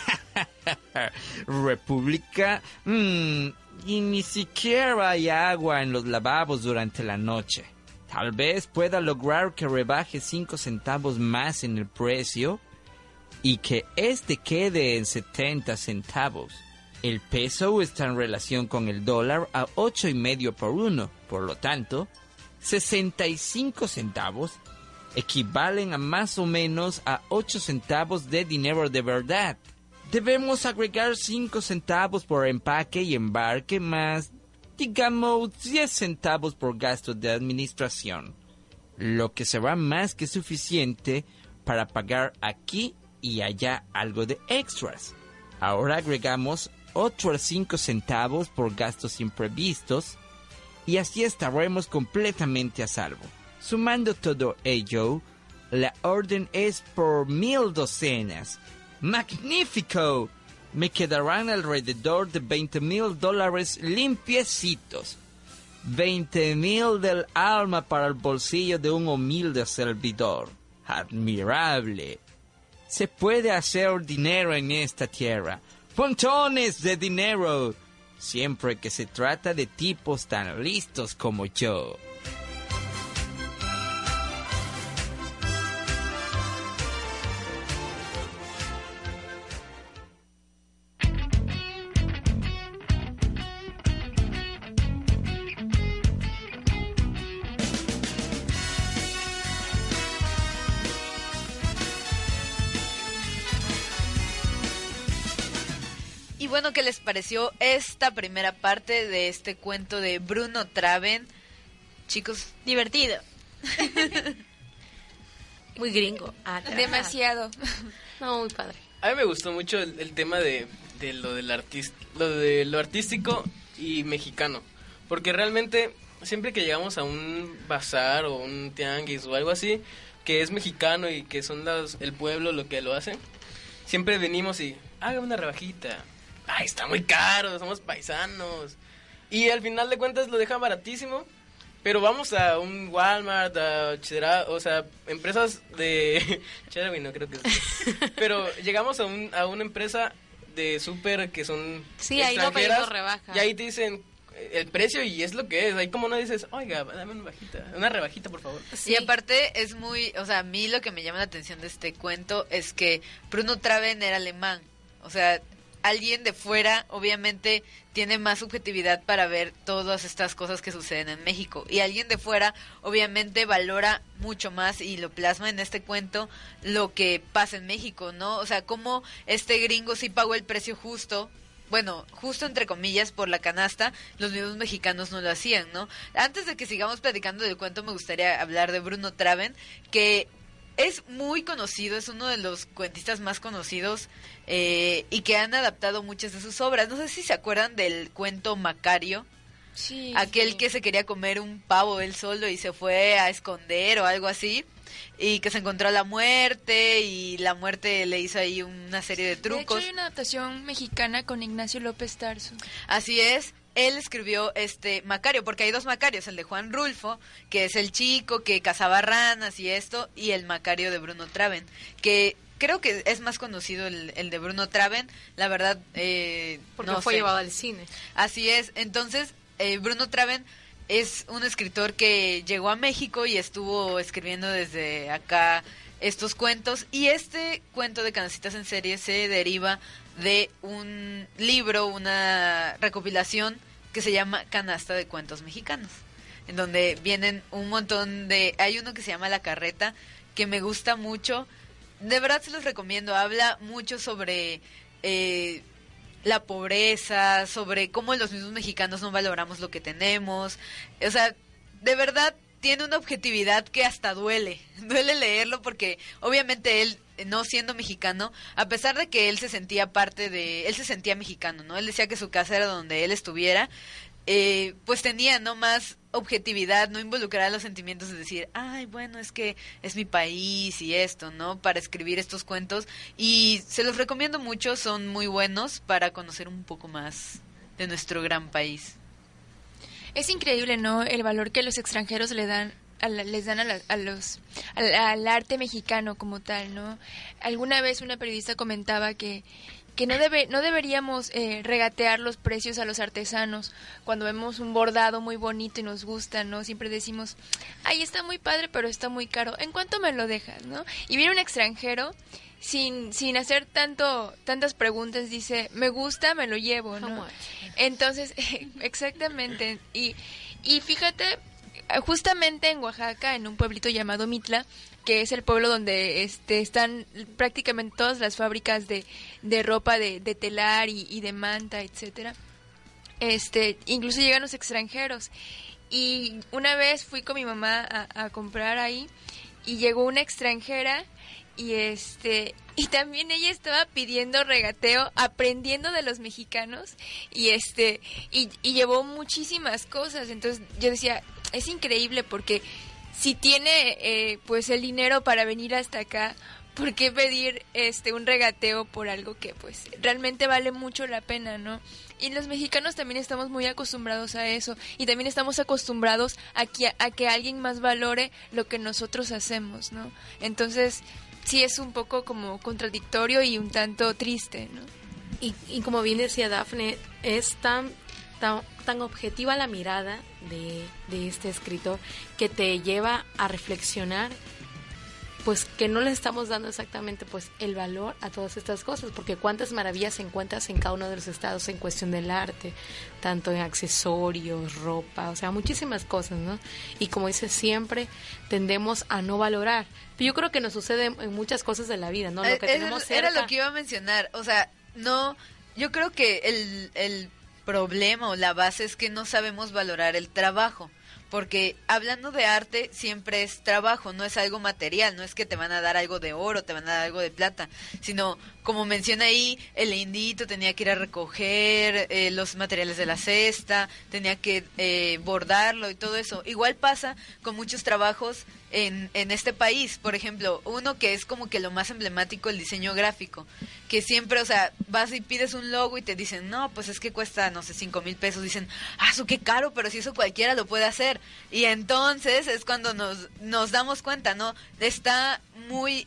¿República? Y ni siquiera hay agua en los lavabos durante la noche. Tal vez pueda lograr que rebaje 5 centavos más en el precio y que este quede en 70 centavos. El peso está en relación con el dólar a 8,5 por 1. Por lo tanto, 65 centavos equivalen a más o menos a 8 centavos de dinero de verdad. Debemos agregar 5 centavos por empaque y embarque más, digamos, 10 centavos por gastos de administración, lo que será más que suficiente para pagar aquí y allá algo de extras. Ahora agregamos otros 5 centavos por gastos imprevistos y así estaremos completamente a salvo. Sumando todo ello, la orden es por 1,000 docenas. ¡Magnífico! Me quedarán alrededor de $20,000 limpiecitos. 20,000 del alma para el bolsillo de un humilde servidor. Admirable. Se puede hacer dinero en esta tierra. Montones de dinero. Siempre que se trata de tipos tan listos como yo. Y bueno, ¿qué les pareció esta primera parte de este cuento de Bruno Traven? Chicos, divertido. Muy gringo. Demasiado. No, muy padre. A mí me gustó mucho el tema de lo del lo de lo artístico y mexicano, porque realmente siempre que llegamos a un bazar o un tianguis o algo así que es mexicano y que son el pueblo lo que lo hace, siempre venimos y haga una rebajita. Ay, está muy caro, somos paisanos. Y al final de cuentas lo dejan baratísimo. Pero vamos a un Walmart, a Chedraui, o sea, empresas de... Chedraui no creo que es. Pero llegamos a una empresa de súper que son sí, ahí no pedimos rebaja. Y ahí te dicen el precio y es lo que es. Ahí como no dices, oiga, dame una rebajita, por favor. Sí. Y aparte es muy... O sea, a mí lo que me llama la atención de este cuento es que Bruno Traven era alemán. O sea... Alguien de fuera obviamente tiene más subjetividad para ver todas estas cosas que suceden en México y alguien de fuera obviamente valora mucho más y lo plasma en este cuento lo que pasa en México, ¿no? O sea, cómo este gringo sí pagó el precio justo, bueno, justo entre comillas por la canasta, los mismos mexicanos no lo hacían, ¿no? Antes de que sigamos platicando del cuento me gustaría hablar de Bruno Traven, que es muy conocido, es uno de los cuentistas más conocidos y que han adaptado muchas de sus obras. No sé si se acuerdan del cuento Macario, sí, aquel que se quería comer un pavo él solo y se fue a esconder o algo así, y que se encontró a la muerte y la muerte le hizo ahí una serie de trucos. De hecho hay una adaptación mexicana con Ignacio López Tarso. Así es. Él escribió Macario, porque hay dos Macarios, el de Juan Rulfo, que es el chico que cazaba ranas y esto, y el Macario de Bruno Traven, que creo que es más conocido el de Bruno Traven, la verdad, porque no fue sé. llevado al cine. Así es, entonces Bruno Traven es un escritor que llegó a México y estuvo escribiendo desde acá estos cuentos, y este cuento de Canastitas en Serie se deriva de un libro, una recopilación que se llama Canasta de Cuentos Mexicanos, en donde vienen un montón de... Hay uno que se llama La Carreta, que me gusta mucho. De verdad se los recomiendo. Habla mucho sobre la pobreza, sobre cómo los mismos mexicanos no valoramos lo que tenemos. O sea, de verdad tiene una objetividad que hasta duele leerlo, porque obviamente él, no siendo mexicano, a pesar de que él se sentía él se sentía mexicano, ¿no? Él decía que su casa era donde él estuviera, pues tenía no más objetividad, no involucrar los sentimientos de decir, ay, bueno, es que es mi país y esto, ¿no? Para escribir estos cuentos, y se los recomiendo mucho, son muy buenos para conocer un poco más de nuestro gran país. Es increíble, ¿no? El valor que los extranjeros les dan al arte mexicano como tal, ¿no? Alguna vez una periodista comentaba que no deberíamos regatear los precios a los artesanos. Cuando vemos un bordado muy bonito y nos gusta, ¿no? Siempre decimos, ay, está muy padre, pero está muy caro. ¿En cuánto me lo dejas, no? Y viene un extranjero sin hacer tantas preguntas, dice, me gusta, me lo llevo, ¿no? Entonces, exactamente. Y fíjate, justamente en Oaxaca, en un pueblito llamado Mitla, que es el pueblo donde están prácticamente todas las fábricas de ropa de telar y de manta, etcétera. Incluso llegan los extranjeros. Y una vez fui con mi mamá a comprar ahí y llegó una extranjera y también ella estaba pidiendo regateo, aprendiendo de los mexicanos y llevó muchísimas cosas. Entonces yo decía, es increíble, porque si tiene pues el dinero para venir hasta acá, ¿por qué pedir un regateo por algo que pues realmente vale mucho la pena, ¿no? Y los mexicanos también estamos muy acostumbrados a eso, y también estamos acostumbrados a que alguien más valore lo que nosotros hacemos, ¿no? Entonces sí es un poco como contradictorio y un tanto triste, ¿no? Y como bien decía Dafne, es tan objetiva la mirada de este escritor, que te lleva a reflexionar, pues que no le estamos dando exactamente pues el valor a todas estas cosas, porque cuántas maravillas encuentras en cada uno de los estados en cuestión del arte, tanto en accesorios, ropa, o sea, muchísimas cosas, ¿no? Y como dice, siempre tendemos a no valorar. Pero yo creo que nos sucede en muchas cosas de la vida, ¿no? Lo que tenemos cerca. Era lo que iba a mencionar, o sea, no, yo creo que el problema o la base es que no sabemos valorar el trabajo. Porque hablando de arte siempre es trabajo, no es algo material, no es que te van a dar algo de oro, te van a dar algo de plata, sino, como menciona ahí, el indito tenía que ir a recoger los materiales de la cesta, tenía que bordarlo y todo eso. Igual pasa con muchos trabajos en este país. Por ejemplo, uno que es como que lo más emblemático, el diseño gráfico, que siempre, o sea, vas y pides un logo y te dicen, no, pues es que cuesta, no sé, 5,000 pesos. Dicen, eso qué caro, pero si eso cualquiera lo puede hacer. Y entonces es cuando nos damos cuenta, ¿no? Está muy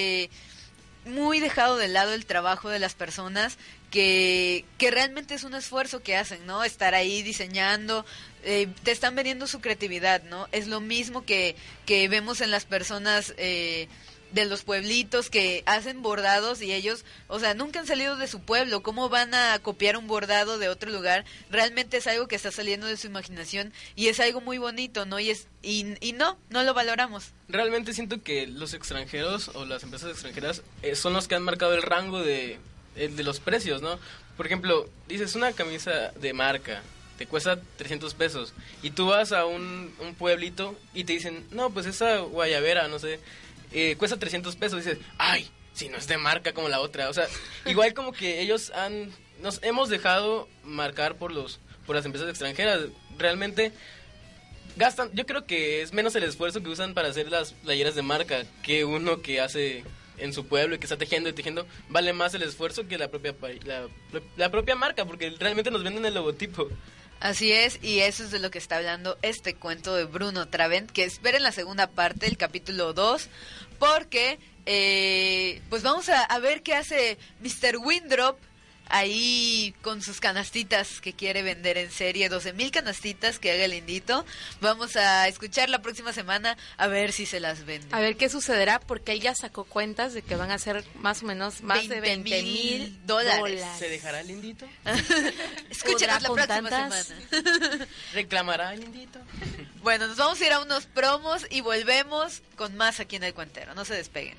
dejado de lado el trabajo de las personas, que realmente es un esfuerzo que hacen, ¿no? Estar ahí diseñando, te están vendiendo su creatividad, ¿no? Es lo mismo que vemos en las personas de los pueblitos que hacen bordados, y ellos, o sea, nunca han salido de su pueblo. ¿Cómo van a copiar un bordado de otro lugar? Realmente es algo que está saliendo de su imaginación y es algo muy bonito, ¿no? Y no lo valoramos. Realmente siento que los extranjeros o las empresas extranjeras son los que han marcado el rango de los precios, ¿no? Por ejemplo, dices, una camisa de marca te cuesta 300 pesos y tú vas a un pueblito y te dicen, no, pues esa guayabera, no sé, cuesta 300 pesos. Dices, ay, si no es de marca como la otra. O sea, igual como que ellos nos hemos dejado marcar por las empresas extranjeras. Realmente gastan, yo creo que es menos el esfuerzo que usan para hacer las playeras de marca que uno que hace en su pueblo y que está tejiendo y tejiendo. Vale más el esfuerzo que la propia marca, porque realmente nos venden el logotipo. Así es, y eso es de lo que está hablando este cuento de Bruno Travent, que esperen la segunda parte, el capítulo 2, porque pues vamos a ver qué hace Mr. Windrop ahí con sus canastitas que quiere vender en serie, 12,000 canastitas que haga el Lindito. Vamos a escuchar la próxima semana a ver si se las vende. A ver qué sucederá, porque él ya sacó cuentas de que van a ser más o menos más de $20,000. ¿Se dejará el Lindito? Escúchenos la próxima semana. ¿Reclamará el Lindito? Bueno, nos vamos a ir a unos promos y volvemos con más aquí en El Cuentero. No se despeguen.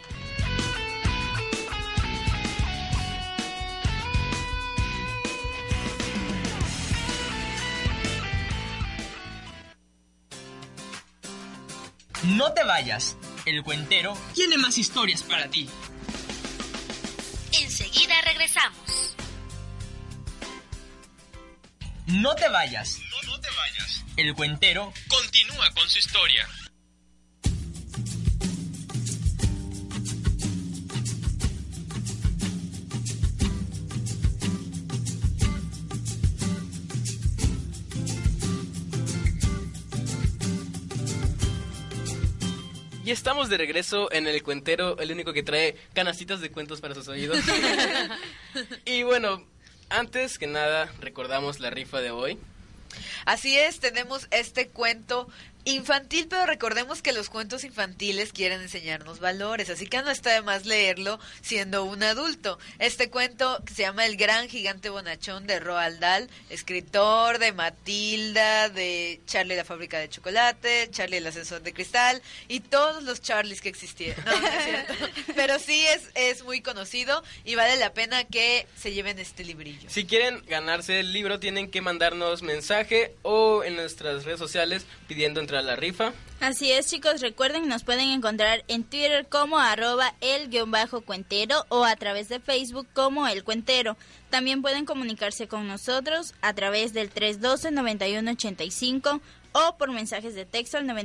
No te vayas, El Cuentero tiene más historias para ti. Enseguida regresamos. No te vayas. No te vayas. El Cuentero continúa con su historia. Y estamos de regreso en El Cuentero, el único que trae canastitas de cuentos para sus oídos. Y bueno, antes que nada, recordamos la rifa de hoy. Así es, tenemos este cuento infantil, pero recordemos que los cuentos infantiles quieren enseñarnos valores, así que no está de más leerlo siendo un adulto. Este cuento se llama El Gran Gigante Bonachón de Roald Dahl, escritor de Matilda, de Charlie la Fábrica de Chocolate, Charlie el Ascensor de Cristal y todos los Charlies que existieron. No, no es cierto. Pero sí es muy conocido y vale la pena que se lleven este librillo. Si quieren ganarse el libro, tienen que mandarnos mensaje o en nuestras redes sociales pidiendo entrar a la rifa. Así es, chicos, recuerden, nos pueden encontrar en Twitter como @el_cuentero o a través de Facebook como El Cuentero. También pueden comunicarse con nosotros a través del 312-9185 o por mensajes de texto al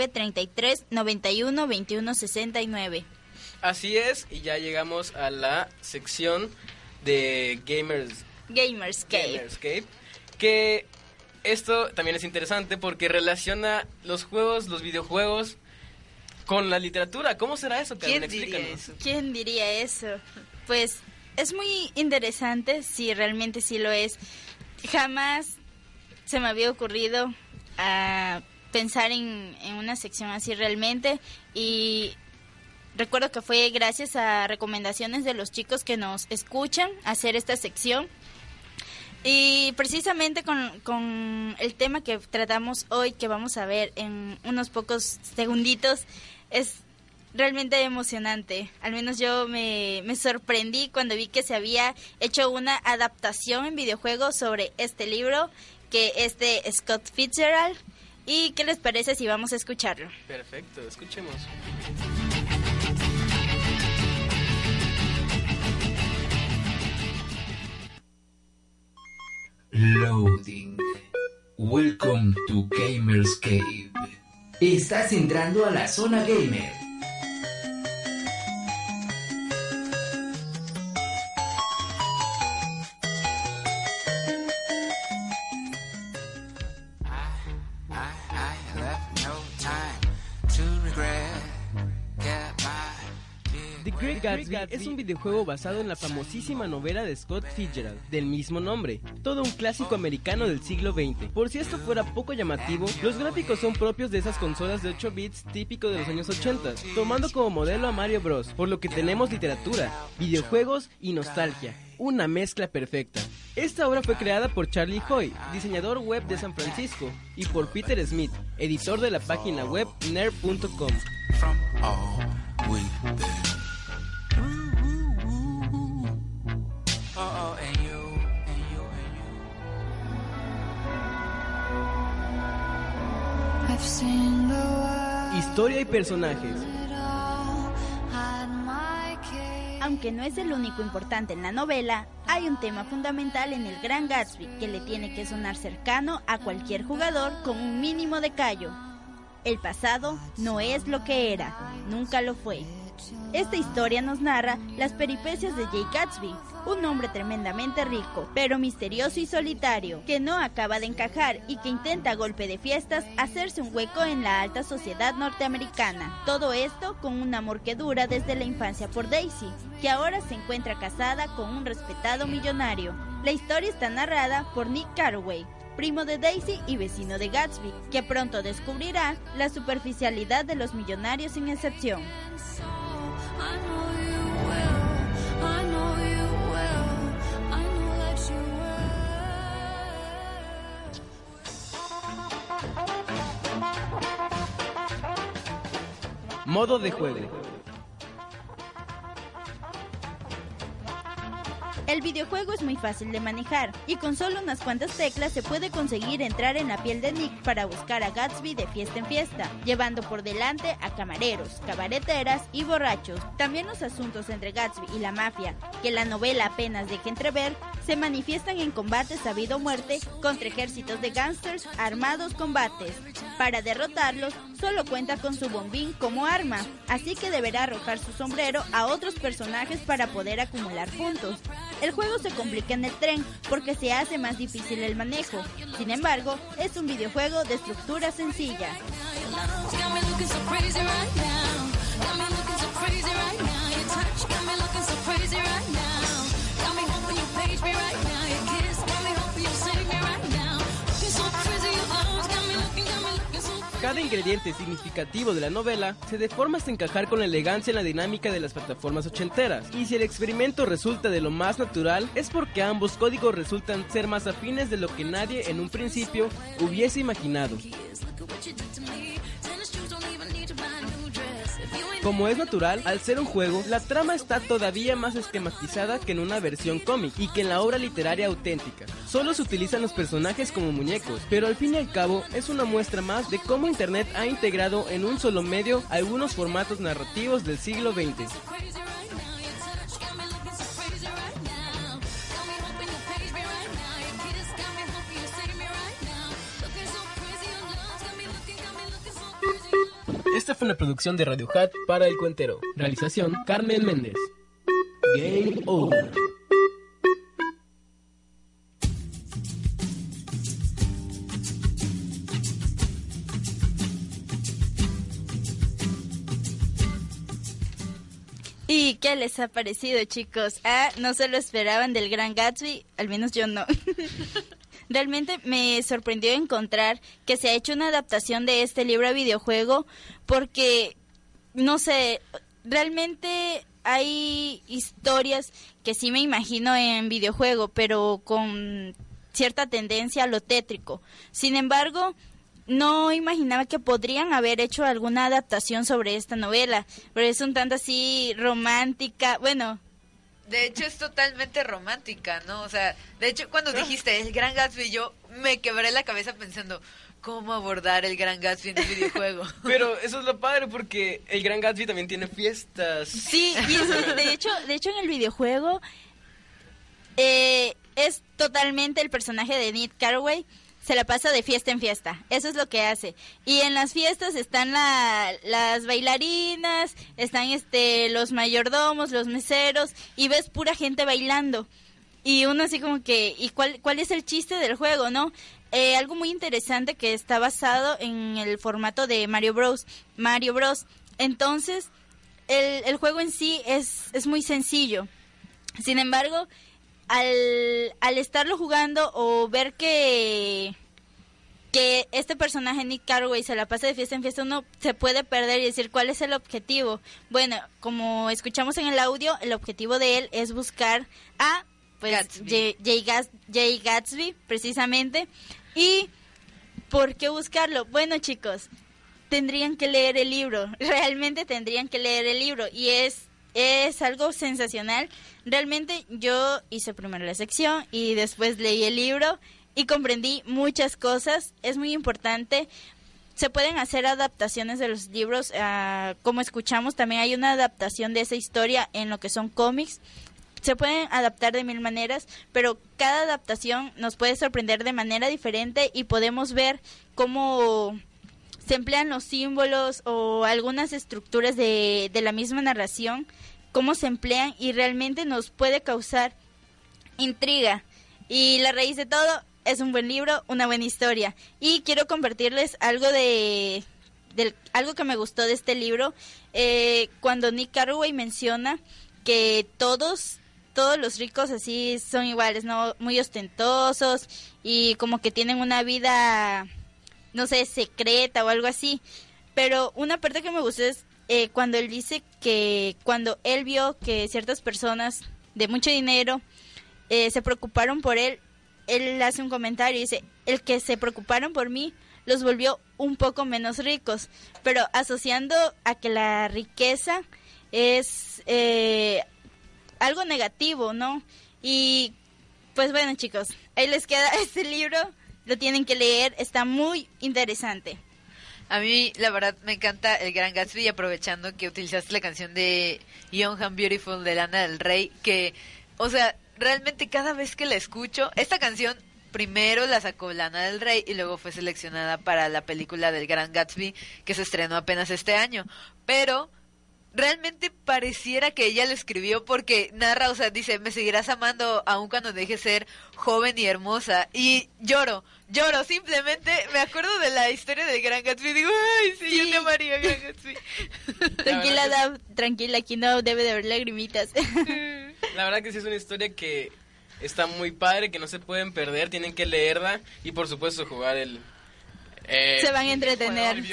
9933-912169. Así es, y ya llegamos a la sección de Gamerscape, que esto también es interesante porque relaciona los juegos, los videojuegos con la literatura. ¿Cómo será eso, Carmen? Explícanos. ¿Quién diría eso? Pues es muy interesante, sí, realmente sí lo es. Jamás se me había ocurrido pensar en una sección así realmente, y recuerdo que fue gracias a recomendaciones de los chicos que nos escuchan hacer esta sección. Y precisamente con el tema que tratamos hoy, que vamos a ver en unos pocos segunditos, es realmente emocionante. Al menos yo me sorprendí cuando vi que se había hecho una adaptación en videojuegos sobre este libro, que es de Scott Fitzgerald. ¿Y qué les parece si vamos a escucharlo? Perfecto, escuchemos. Loading. Welcome to Gamerscape. Estás entrando a la zona gamer. The Great Gatsby es un videojuego basado en la famosísima novela de Scott Fitzgerald, del mismo nombre, todo un clásico americano del siglo XX. Por si esto fuera poco llamativo, los gráficos son propios de esas consolas de 8 bits típico de los años 80, tomando como modelo a Mario Bros, por lo que tenemos literatura, videojuegos y nostalgia, una mezcla perfecta. Esta obra fue creada por Charlie Hoy, diseñador web de San Francisco, y por Peter Smith, editor de la página web nerd.com. Historia y personajes. Aunque no es el único importante en la novela, hay un tema fundamental en El Gran Gatsby que le tiene que sonar cercano a cualquier jugador con un mínimo de callo. El pasado no es lo que era, nunca lo fue. Esta historia nos narra las peripecias de Jay Gatsby, un hombre tremendamente rico, pero misterioso y solitario, que no acaba de encajar y que intenta a golpe de fiestas hacerse un hueco en la alta sociedad norteamericana. Todo esto con un amor que dura desde la infancia por Daisy, que ahora se encuentra casada con un respetado millonario. La historia está narrada por Nick Carraway, primo de Daisy y vecino de Gatsby, que pronto descubrirá la superficialidad de los millonarios sin excepción. Modo de juego. El videojuego es muy fácil de manejar y con solo unas cuantas teclas se puede conseguir entrar en la piel de Nick para buscar a Gatsby de fiesta en fiesta, llevando por delante a camareros, cabareteras y borrachos. También los asuntos entre Gatsby y la mafia, que la novela apenas deja entrever, se manifiestan en combates a vida o muerte contra ejércitos de gángsters armados combates. Para derrotarlos, solo cuenta con su bombín como arma, así que deberá arrojar su sombrero a otros personajes para poder acumular puntos. El juego se complica en el tren porque se hace más difícil el manejo. Sin embargo, es un videojuego de estructura sencilla. Cada ingrediente significativo de la novela se deforma hasta encajar con elegancia en la dinámica de las plataformas ochenteras. Y si el experimento resulta de lo más natural, es porque ambos códigos resultan ser más afines de lo que nadie en un principio hubiese imaginado. Como es natural, al ser un juego, la trama está todavía más esquematizada que en una versión cómic y que en la obra literaria auténtica. Solo se utilizan los personajes como muñecos, pero al fin y al cabo es una muestra más de cómo Internet ha integrado en un solo medio algunos formatos narrativos del siglo XX. Esta fue una producción de Radio Hat para El Cuentero. Realización: Carmen Méndez. Game over. ¿Y qué les ha parecido, chicos? ¿No se lo esperaban del Gran Gatsby? Al menos yo no. Realmente me sorprendió encontrar que se ha hecho una adaptación de este libro a videojuego porque, no sé, realmente hay historias que sí me imagino en videojuego, pero con cierta tendencia a lo tétrico. Sin embargo, no imaginaba que podrían haber hecho alguna adaptación sobre esta novela, pero es un tanto así romántica, bueno... De hecho, es totalmente romántica, ¿no? O sea, de hecho, cuando dijiste El Gran Gatsby, yo me quebré la cabeza pensando, ¿cómo abordar El Gran Gatsby en el videojuego? Pero eso es lo padre, porque El Gran Gatsby también tiene fiestas. Sí, y eso, de hecho en el videojuego es totalmente el personaje de Nick Carraway. Se la pasa de fiesta en fiesta, eso es lo que hace. Y en las fiestas están las bailarinas, están los mayordomos, los meseros, y ves pura gente bailando. Y uno así como que, ¿y cuál es el chiste del juego, no? Algo muy interesante que está basado en el formato de Mario Bros. Entonces, el juego en sí es muy sencillo. Sin embargo, al estarlo jugando o ver que este personaje Nick Carraway se la pasa de fiesta en fiesta, uno se puede perder y decir cuál es el objetivo. Bueno, como escuchamos en el audio, el objetivo de él es buscar a Jay Gatsby, precisamente. ¿Y por qué buscarlo? Bueno, chicos, tendrían que leer el libro, realmente tendrían que leer el libro, y es algo sensacional. Realmente yo hice primero la sección y después leí el libro y comprendí muchas cosas. Es muy importante. Se pueden hacer adaptaciones de los libros, como escuchamos, también hay una adaptación de esa historia en lo que son cómics. Se pueden adaptar de mil maneras, pero cada adaptación nos puede sorprender de manera diferente y podemos ver cómo se emplean los símbolos o algunas estructuras de la misma narración, cómo se emplean y realmente nos puede causar intriga. Y la raíz de todo es un buen libro, una buena historia. Y quiero compartirles algo algo que me gustó de este libro, cuando Nick Carraway menciona que todos los ricos así son iguales, ¿no? Muy ostentosos y como que tienen una vida, no sé, secreta o algo así. Pero una parte que me gustó es cuando él dice que cuando él vio que ciertas personas de mucho dinero se preocuparon por él hace un comentario y dice, el que se preocuparon por mí los volvió un poco menos ricos, pero asociando a que la riqueza es algo negativo, ¿no? Y pues bueno, chicos, ahí les queda este libro, lo tienen que leer, está muy interesante. A mí, la verdad, me encanta El Gran Gatsby, y aprovechando que utilizaste la canción de Young and Beautiful de Lana del Rey, que, o sea, realmente cada vez que la escucho, esta canción primero la sacó Lana del Rey y luego fue seleccionada para la película del Gran Gatsby, que se estrenó apenas este año, pero realmente pareciera que ella lo escribió porque narra, o sea, dice, me seguirás amando aun cuando deje ser joven y hermosa, y lloro, simplemente me acuerdo de la historia del Gran Gatsby y digo, ay, sí, yo te amaría, Gran Gatsby. Tranquila, Dab, tranquila, aquí no debe de haber lagrimitas. La verdad que sí es una historia que está muy padre, que no se pueden perder, tienen que leerla y por supuesto jugar se van a entretener,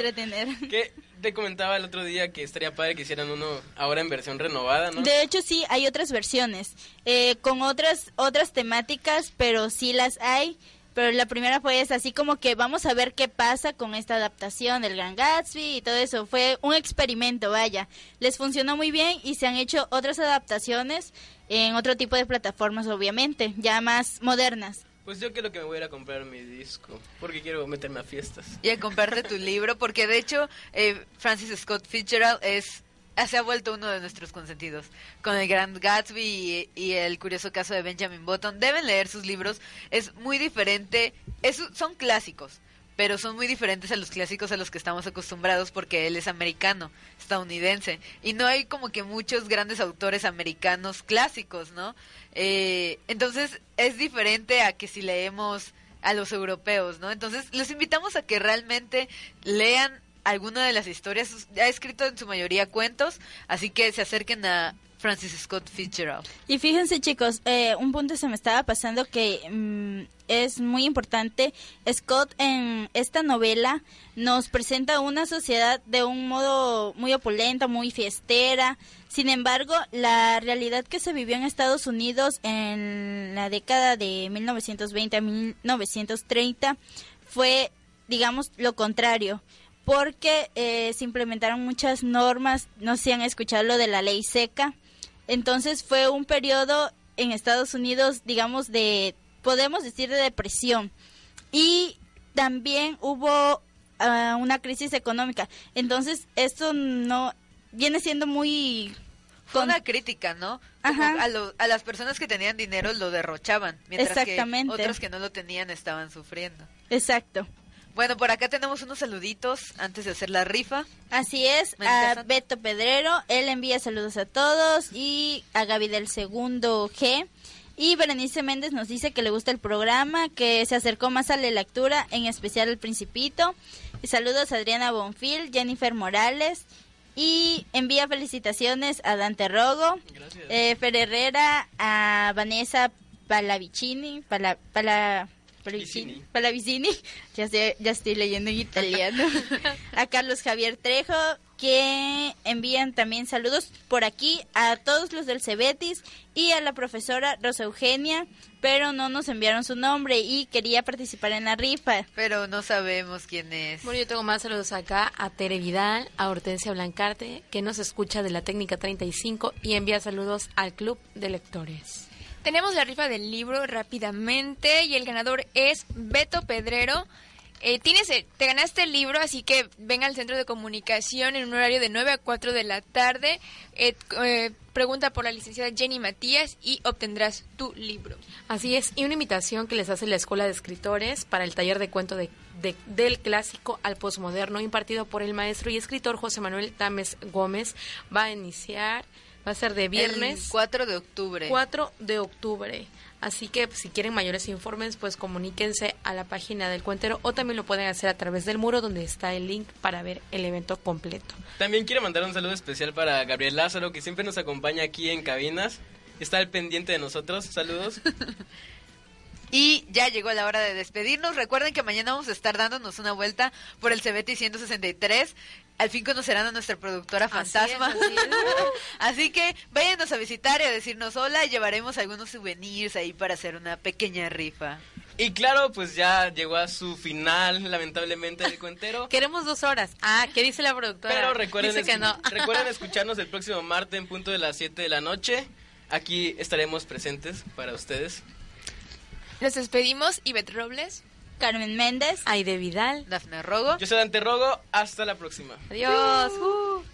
Que te comentaba el otro día que estaría padre que hicieran uno ahora en versión renovada, ¿no? De hecho sí, hay otras versiones, con otras temáticas, pero sí las hay. Pero la primera fue esa, así como que vamos a ver qué pasa con esta adaptación del Gran Gatsby y todo eso. Fue un experimento, vaya. Les funcionó muy bien y se han hecho otras adaptaciones en otro tipo de plataformas, obviamente, ya más modernas. Pues yo creo que me voy a ir a comprar mi disco, porque quiero meterme a fiestas. Y a comprarte tu libro, porque de hecho Francis Scott Fitzgerald se ha vuelto uno de nuestros consentidos. Con El Gran Gatsby y El curioso caso de Benjamin Button, deben leer sus libros, es muy diferente, son clásicos, pero son muy diferentes a los clásicos a los que estamos acostumbrados porque él es americano, estadounidense, y no hay como que muchos grandes autores americanos clásicos, ¿no? Entonces es diferente a que si leemos a los europeos, ¿no? Entonces los invitamos a que realmente lean alguna de las historias. Ha escrito en su mayoría cuentos, así que se acerquen a Francis Scott Fitzgerald. Y fíjense, chicos, un punto se me estaba pasando que es muy importante. Scott en esta novela nos presenta una sociedad de un modo muy opulenta, muy fiestera. Sin embargo, la realidad que se vivió en Estados Unidos en la década de 1920 a 1930 fue, digamos, lo contrario. Porque se implementaron muchas normas, no sé si han escuchado lo de la ley seca. Entonces fue un periodo en Estados Unidos, digamos, podemos decir, de depresión. Y también hubo una crisis económica. Entonces esto no viene siendo muy... Fue una crítica, ¿no? A las personas que tenían dinero lo derrochaban, mientras que otros que no lo tenían estaban sufriendo. Exacto. Bueno, por acá tenemos unos saluditos antes de hacer la rifa. Así es, a Beto Pedrero, él envía saludos a todos, y a Gaby del Segundo G. Y Berenice Méndez nos dice que le gusta el programa, que se acercó más a la lectura, en especial al Principito. Y saludos a Adriana Bonfil, Jennifer Morales, y envía felicitaciones a Dante Rogo, Fer Herrera, a Vanessa Pallavicini, Pallavicini, ya estoy leyendo en italiano, a Carlos Javier Trejo, que envían también saludos por aquí a todos los del Cebetis y a la profesora Rosa Eugenia, pero no nos enviaron su nombre y quería participar en la rifa. Pero no sabemos quién es. Bueno, yo tengo más saludos acá a Tere Vidal, a Hortensia Blancarte, que nos escucha de la Técnica 35 y envía saludos al Club de Lectores. Tenemos la rifa del libro rápidamente y el ganador es Beto Pedrero. Te ganaste el libro, así que ven al centro de comunicación en un horario de 9 a 4 de la tarde. Pregunta por la licenciada Jenny Matías y obtendrás tu libro. Así es, y una invitación que les hace la Escuela de Escritores para el taller de cuento de del clásico al posmoderno, impartido por el maestro y escritor José Manuel Tames Gómez. Va a ser de viernes. El 4 de octubre. 4 de octubre. Así que pues, si quieren mayores informes, pues comuníquense a la página del Cuentero o también lo pueden hacer a través del muro donde está el link para ver el evento completo. También quiero mandar un saludo especial para Gabriel Lázaro, que siempre nos acompaña aquí en cabinas. Está al pendiente de nosotros. Saludos. Y ya llegó la hora de despedirnos. Recuerden que mañana vamos a estar dándonos una vuelta por el CBT 163. Al fin conocerán a nuestra productora fantasma. Así es. Así que váyanos a visitar y a decirnos hola y llevaremos algunos souvenirs ahí para hacer una pequeña rifa. Y claro, pues ya llegó a su final, lamentablemente, el Cuentero. Queremos 2 horas. Ah, ¿qué dice la productora? Pero recuerden, Dice que no. recuerden escucharnos el próximo martes en punto de las 7 de la noche. Aquí estaremos presentes para ustedes. Nos despedimos, Ivette Robles, Carmen Méndez, Aide Vidal, Dafne Rogo. Yo soy Dante Rogo. Hasta la próxima. Adiós.